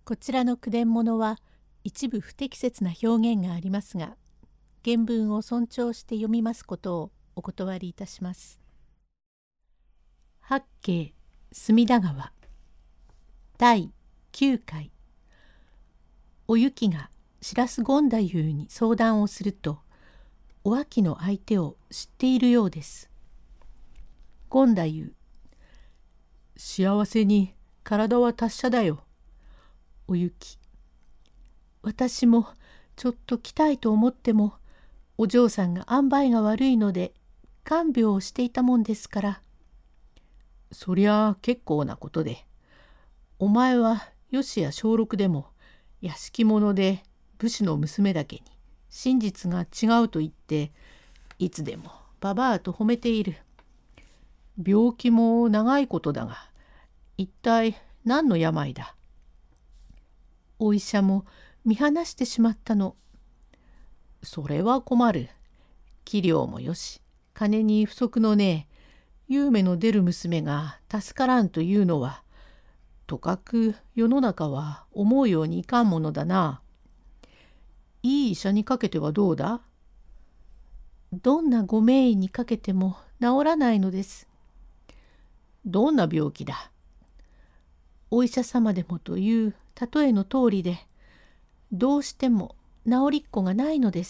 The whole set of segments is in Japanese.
こちらの句伝物は一部不適切な表現がありますが、原文を尊重して読みますことをお断りいたします。八景隅田川第9回。おゆきが白洲権太夫に相談をすると、お秋の相手を知っているようです。権太夫、幸せに体は達者だよ。おゆき、私もちょっと来たいと思っても、お嬢さんが塩梅が悪いので看病をしていたもんですから。そりゃあ結構なことで、お前は吉や小六でも屋敷者で武士の娘だけに真実が違うと言っていつでもババアと褒めている。病気も長いことだが、一体何の病だ。お医者も見放してしまったの。それは困る。器量もよし、金に不足のねえ、有名の出る娘が助からんというのは、とかく世の中は思うようにいかんものだな。いい医者にかけてはどうだ？どんなご名医にかけても治らないのです。どんな病気だ？お医者様でもという例えの通りで、どうしても治りっこがないのです。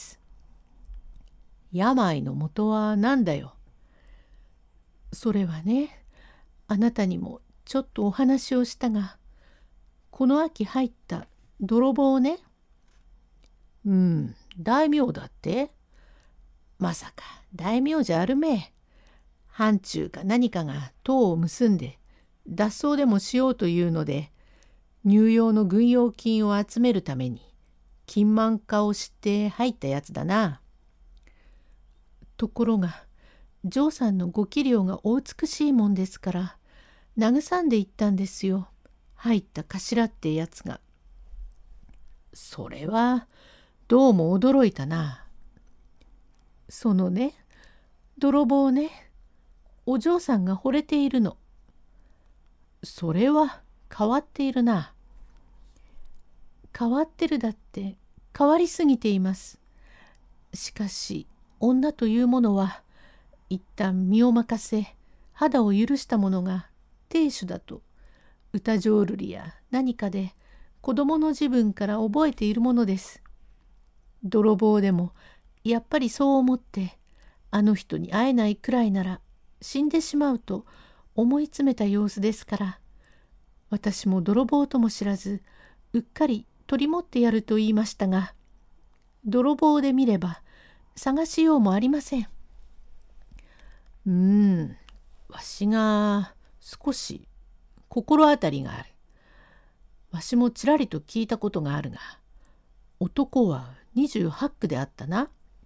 病の元は何だよ。それはね、あなたにもちょっとお話をしたが、この秋入った泥棒ね。大名だって？まさか大名じゃあるめえ。藩中か何かが党を結んで脱走でもしようというので、入用の軍用金を集めるために金満化をして入ったやつだな。ところが嬢さんのご器量がお美しいもんですから慰んでいったんですよ、入った頭ってやつが。それはどうも驚いたな。そのね、泥棒ね、お嬢さんが惚れているの。それは変わっているな。変わってるだって変わりすぎています。しかし女というものは一旦身を任せ肌を許したものが亭主だと歌浄瑠璃や何かで子供の時分から覚えているものです。泥棒でもやっぱりそう思ってあの人に会えないくらいなら死んでしまうと思い詰めた様子ですから、私も泥棒とも知らずうっかり取り持ってやると言いましたが、泥棒で見れば探しようもありません。わしが少し心当たりがある。わしもちらりと聞いたことがあるが、男は28区であったな。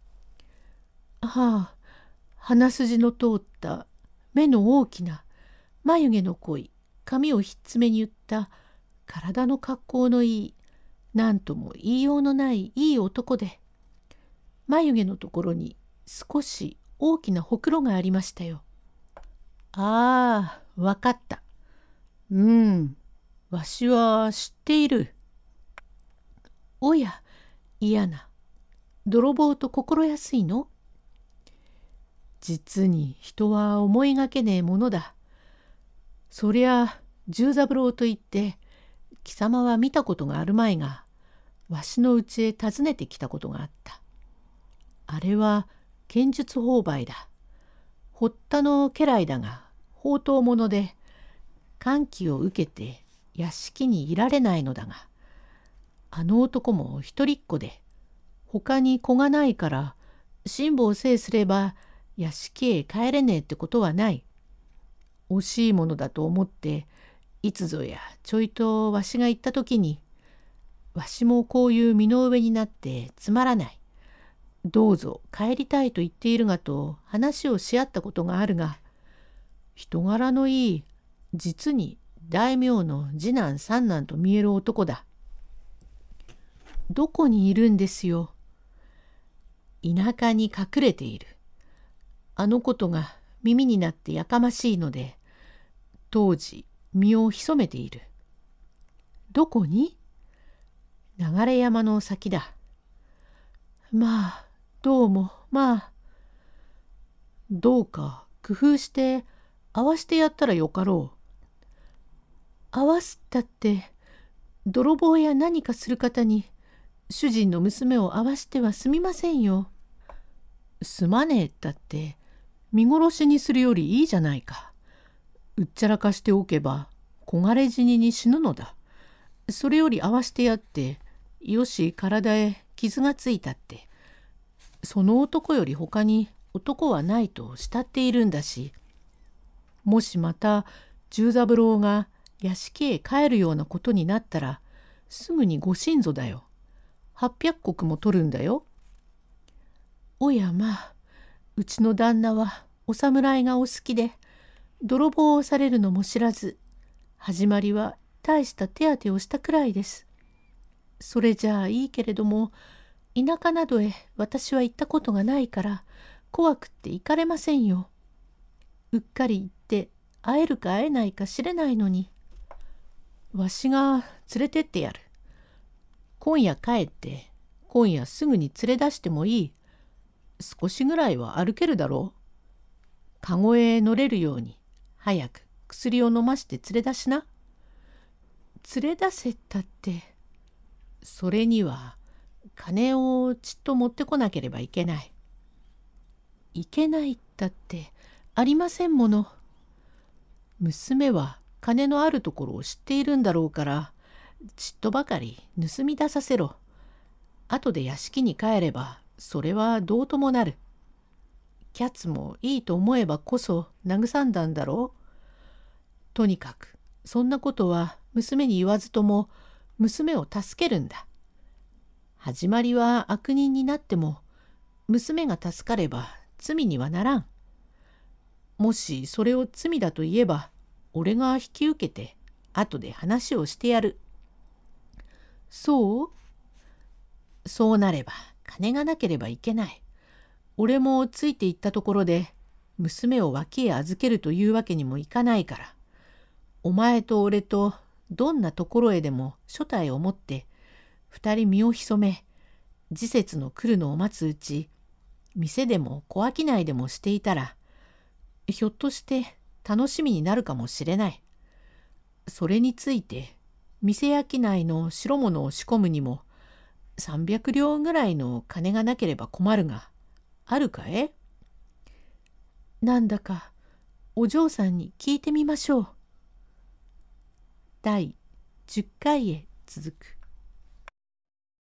はあ、鼻筋の通った目の大きな眉毛の濃い髪をひっつめに言った体の格好のいい、何とも言いようのないいい男で、眉毛のところに少し大きなほくろがありましたよ。ああ、わかった。わしは知っている。おや、嫌な。泥棒と心安いの？実に人は思いがけねえものだ。そりゃ十三郎といって貴様は見たことがあるまいが、わしのうちへ訪ねてきたことがあった。あれは剣術法売だ。堀田の家来だが放蕩者で歓喜を受けて屋敷にいられないのだが、あの男も一人っ子で他に子がないから辛抱せえすれば屋敷へ帰れねえってことはない。惜しいものだと思っていつぞやちょいとわしが言った時に、わしもこういう身の上になってつまらない。どうぞ帰りたいと言っているがと話をし合ったことがあるが、人柄のいい実に大名の次男三男と見える男だ。どこにいるんですよ。田舎に隠れている。あのことが耳になってやかましいので、当時身を潜めている。どこに？ 流山の先だ。まあ、どうも、まあ。どうか工夫して合わしてやったらよかろう。合わすったって、泥棒や何かする方に主人の娘を会わしてはすみませんよ。すまねえったって見殺しにするよりいいじゃないか。うっちゃらかしておけば焦がれ死にに死ぬのだ。それより合わしてやってよし体へ傷がついたってその男より他に男はないと慕っているんだし、もしまた十三郎が屋敷へ帰るようなことになったらすぐにご親祖だよ。800石も取るんだよ。おやまあ、うちの旦那はお侍がお好きで泥棒をされるのも知らず、始まりは大した手当てをしたくらいです。それじゃあいいけれども、田舎などへ私は行ったことがないから怖くって行かれませんよ。うっかり行って会えるか会えないか知れないのに。わしが連れてってやる。今夜帰って今夜すぐに連れ出してもいい。少しぐらいは歩けるだろう。かごへ乗れるように早く薬を飲まして連れ出しな。連れ出せったって、それには金をちっと持ってこなければいけない。いけないったってありませんもの。娘は金のあるところを知っているんだろうから、ちっとばかり盗み出させろ。後で屋敷に帰ればそれはどうともなる。キャッツもいいと思えばこそ慰んだんだろう。とにかくそんなことは娘に言わずとも娘を助けるんだ。始まりは悪人になっても娘が助かれば罪にはならん。もしそれを罪だと言えば俺が引き受けて後で話をしてやる。そう？そうなれば金がなければいけない。俺もついていったところで娘を脇へ預けるというわけにもいかないから、お前と俺とどんなところへでも所帯を持って二人身を潜め、時節の来るのを待つうち、店でも小商いでもしていたら、ひょっとして楽しみになるかもしれない。それについて店商いの白物を仕込むにも300両ぐらいの金がなければ困るが、あるかえ？なんだかお嬢さんに聞いてみましょう。第10回へ続く。